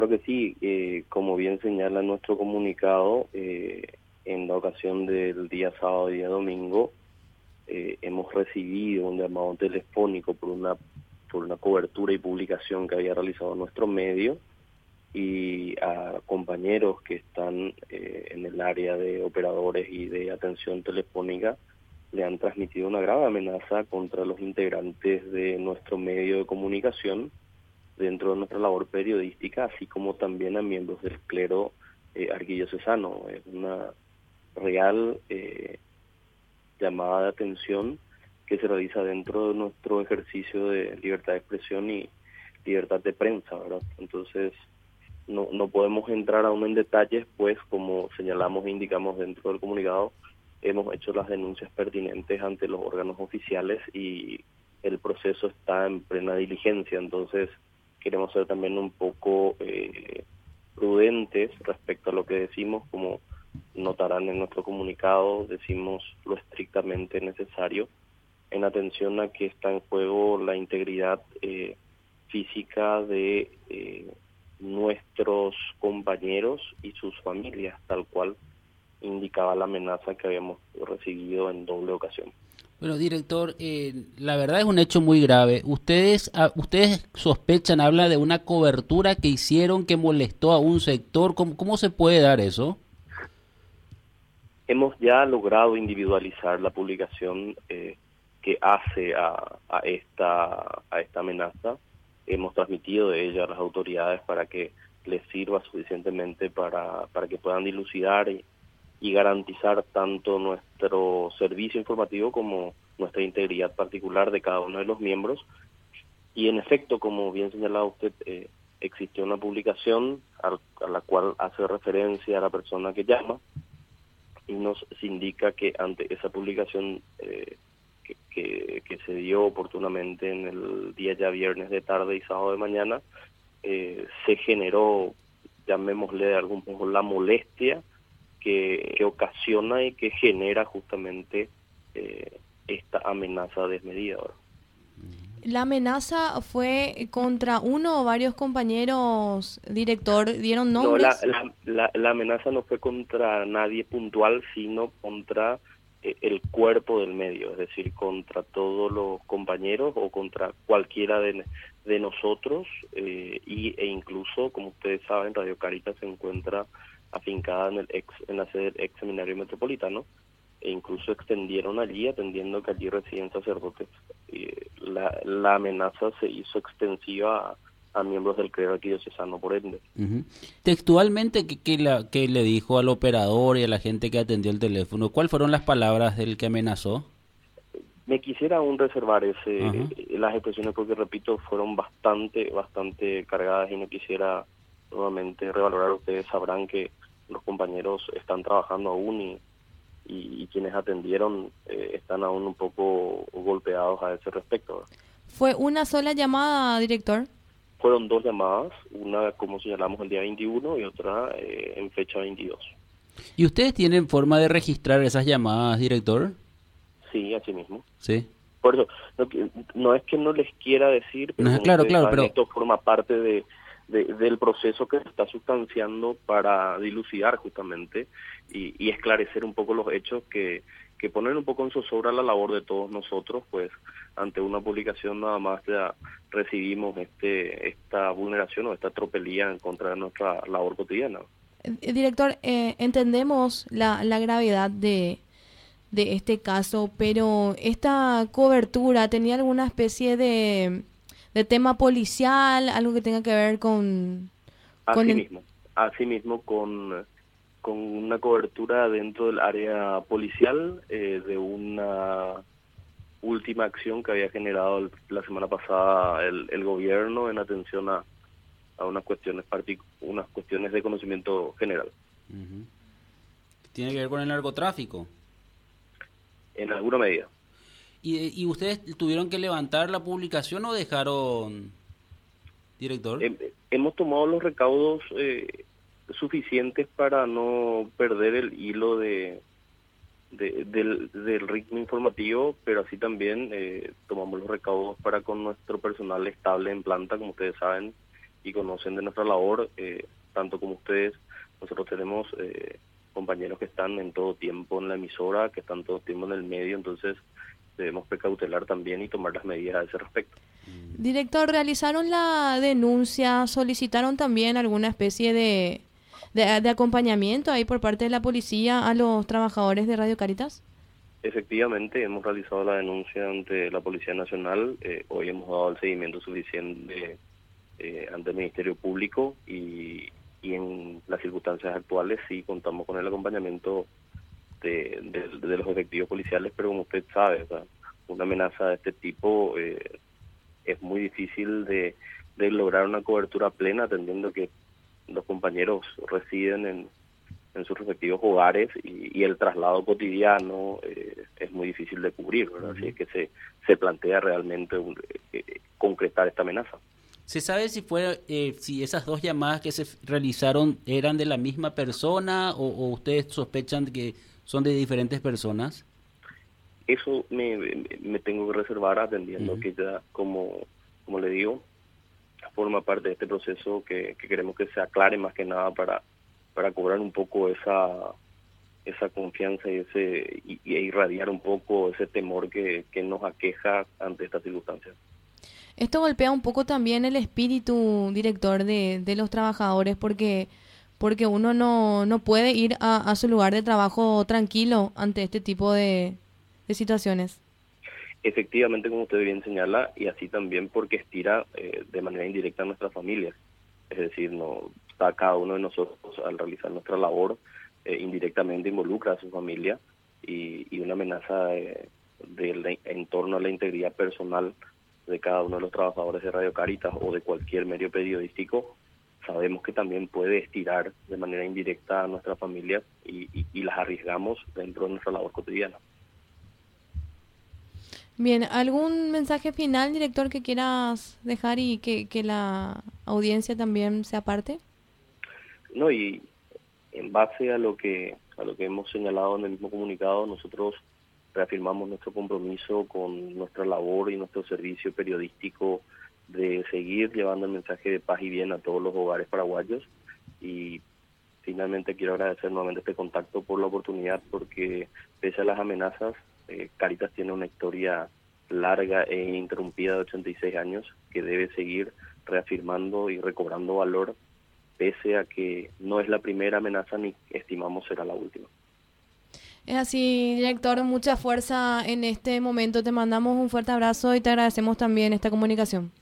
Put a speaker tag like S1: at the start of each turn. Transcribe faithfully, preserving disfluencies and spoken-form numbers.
S1: Creo que sí, eh, como bien señala nuestro comunicado, eh, en la ocasión del día sábado y día domingo, eh, hemos recibido un llamado telefónico por una, por una cobertura y publicación que había realizado nuestro medio, y a compañeros que están eh, en el área de operadores y de atención telefónica le han transmitido una grave amenaza contra los integrantes de nuestro medio de comunicación dentro de nuestra labor periodística, así como también a miembros del clero eh, arquidiocesano. Es una real eh, llamada de atención que se realiza dentro de nuestro ejercicio de libertad de expresión y libertad de prensa, ¿verdad? Entonces, no, no podemos entrar aún en detalles, pues como señalamos e indicamos dentro del comunicado, hemos hecho las denuncias pertinentes ante los órganos oficiales y el proceso está en plena diligencia. Entonces, queremos ser también un poco eh, prudentes respecto a lo que decimos. Como notarán en nuestro comunicado, decimos lo estrictamente necesario en atención a que está en juego la integridad eh, física de eh, nuestros compañeros y sus familias, tal cual indicaba la amenaza que habíamos recibido en doble ocasión.
S2: Bueno, director, eh, la verdad es un hecho muy grave. Ustedes, ah, ustedes sospechan, habla de una cobertura que hicieron que molestó a un sector. ¿Cómo, cómo se puede dar eso?
S1: Hemos ya logrado individualizar la publicación eh, que hace a, a esta a esta amenaza. Hemos transmitido de ella a las autoridades para que les sirva suficientemente para, para que puedan dilucidar y, y garantizar tanto nuestro servicio informativo como nuestra integridad particular de cada uno de los miembros. Y en efecto, como bien señalaba usted, eh, existe una publicación a, a la cual hace referencia a la persona que llama, y nos indica que ante esa publicación eh, que, que, que se dio oportunamente en el día ya viernes de tarde y sábado de mañana, eh, se generó, llamémosle de algún modo, la molestia que, que ocasiona y que genera justamente eh, esta amenaza desmedida.
S3: ¿La amenaza fue contra uno o varios compañeros, director? ¿Dieron
S1: No, la,
S3: nombres?
S1: la, la, la amenaza no fue contra nadie puntual, sino contra eh, el cuerpo del medio, es decir, contra todos los compañeros o contra cualquiera de, de nosotros, eh, y, e incluso, como ustedes saben, Radio Caritas se encuentra afincada en el ex en la sede del ex seminario metropolitano, e incluso extendieron allí, atendiendo que allí residen sacerdotes. Eh, la, la amenaza se hizo extensiva a, a miembros del clero arquidiocesano, por ende.
S2: Uh-huh. Textualmente, ¿qué, qué, la, ¿qué le dijo al operador y a la gente que atendió el teléfono? ¿Cuáles fueron las palabras del que amenazó?
S1: Me quisiera aún reservar ese
S2: Uh-huh.
S1: las expresiones, porque repito, fueron bastante, bastante cargadas, y no quisiera nuevamente revalorar. Ustedes sabrán que los compañeros están trabajando aún, y, y, y quienes atendieron eh, están aún un poco golpeados a ese respecto.
S3: ¿Fue una sola llamada, director?
S1: Fueron dos llamadas, una como señalamos el día veintiuno y otra eh, en fecha veintidós.
S2: ¿Y ustedes tienen forma de registrar esas llamadas, director?
S1: Sí, así mismo.
S2: Sí.
S1: Por eso, no, no es que no les quiera decir, pero
S2: No,
S1: como
S2: claro,
S1: ustedes
S2: claro,
S1: saben,
S2: pero...
S1: esto forma parte de, de, del proceso que se está sustanciando para dilucidar justamente y, y esclarecer un poco los hechos que, que ponen un poco en zozobra la labor de todos nosotros, pues ante una publicación nada más ya recibimos este esta vulneración o esta tropelía en contra de nuestra labor cotidiana.
S3: Eh, Director, eh, entendemos la, la gravedad de, de este caso, pero ¿esta cobertura tenía alguna especie de, de tema policial, algo que tenga que ver con... con
S1: Así
S3: el...
S1: mismo, así mismo con, con una cobertura dentro del área policial eh, de una última acción que había generado el, la semana pasada el, el gobierno en atención a, a unas cuestiones partic- unas cuestiones de conocimiento general.
S2: Uh-huh. ¿Tiene que ver con el narcotráfico?
S1: En alguna medida.
S2: ¿Y, y ustedes tuvieron que levantar la publicación o dejaron, director?
S1: Eh, hemos tomado los recaudos eh, suficientes para no perder el hilo de, de del, del ritmo informativo, pero así también eh, tomamos los recaudos para con nuestro personal estable en planta, como ustedes saben, y conocen de nuestra labor, eh, tanto como ustedes. Nosotros tenemos eh, compañeros que están en todo tiempo en la emisora, que están todo tiempo en el medio, entonces debemos precautelar también y tomar las medidas a ese respecto.
S3: Director, ¿realizaron la denuncia? ¿Solicitaron también alguna especie de, de, de acompañamiento ahí por parte de la policía a los trabajadores de Radio Cáritas?
S1: Efectivamente, hemos realizado la denuncia ante la Policía Nacional. Eh, hoy hemos dado el seguimiento suficiente eh, ante el Ministerio Público y, y en las circunstancias actuales sí contamos con el acompañamiento de, de, de los efectivos policiales, pero como usted sabe, o sea, una amenaza de este tipo eh, es muy difícil de, de lograr una cobertura plena, atendiendo que los compañeros residen en en sus respectivos hogares y, y el traslado cotidiano eh, es muy difícil de cubrir, ¿verdad? Uh-huh. Así es que se, se plantea realmente un, eh, concretar esta amenaza.
S2: ¿Se sabe si fue eh, si esas dos llamadas que se realizaron eran de la misma persona o, o ustedes sospechan que son de diferentes personas?
S1: Eso me, me tengo que reservar atendiendo uh-huh. que ya, como, como le digo, forma parte de este proceso que, que queremos que se aclare más que nada para para cobrar un poco esa esa confianza y ese y, y irradiar un poco ese temor que, que nos aqueja ante estas circunstancias.
S3: Esto golpea un poco también el espíritu, director, de, de los trabajadores, porque porque uno no, no puede ir a, a su lugar de trabajo tranquilo ante este tipo de, de situaciones.
S1: Efectivamente, como usted bien señala, y así también porque estira eh, de manera indirecta a nuestras familias. Es decir, no está cada uno de nosotros al realizar nuestra labor, eh, indirectamente involucra a su familia y, y una amenaza eh, de la, en torno a la integridad personal de cada uno de los trabajadores de Radio Cáritas o de cualquier medio periodístico, sabemos que también puede estirar de manera indirecta a nuestra familia y, y, y las arriesgamos dentro de nuestra labor cotidiana.
S3: Bien, ¿algún mensaje final, director, que quieras dejar y que, que la audiencia también sea parte?
S1: No, y en base a lo que a lo que hemos señalado en el mismo comunicado, nosotros reafirmamos nuestro compromiso con nuestra labor y nuestro servicio periodístico de seguir llevando el mensaje de paz y bien a todos los hogares paraguayos. Y finalmente quiero agradecer nuevamente este contacto por la oportunidad, porque pese a las amenazas, eh, Cáritas tiene una historia larga e ininterrumpida de ochenta y seis años que debe seguir reafirmando y recobrando valor, pese a que no es la primera amenaza ni estimamos será la última.
S3: Es así, director, mucha fuerza en este momento. Te mandamos un fuerte abrazo y te agradecemos también esta comunicación.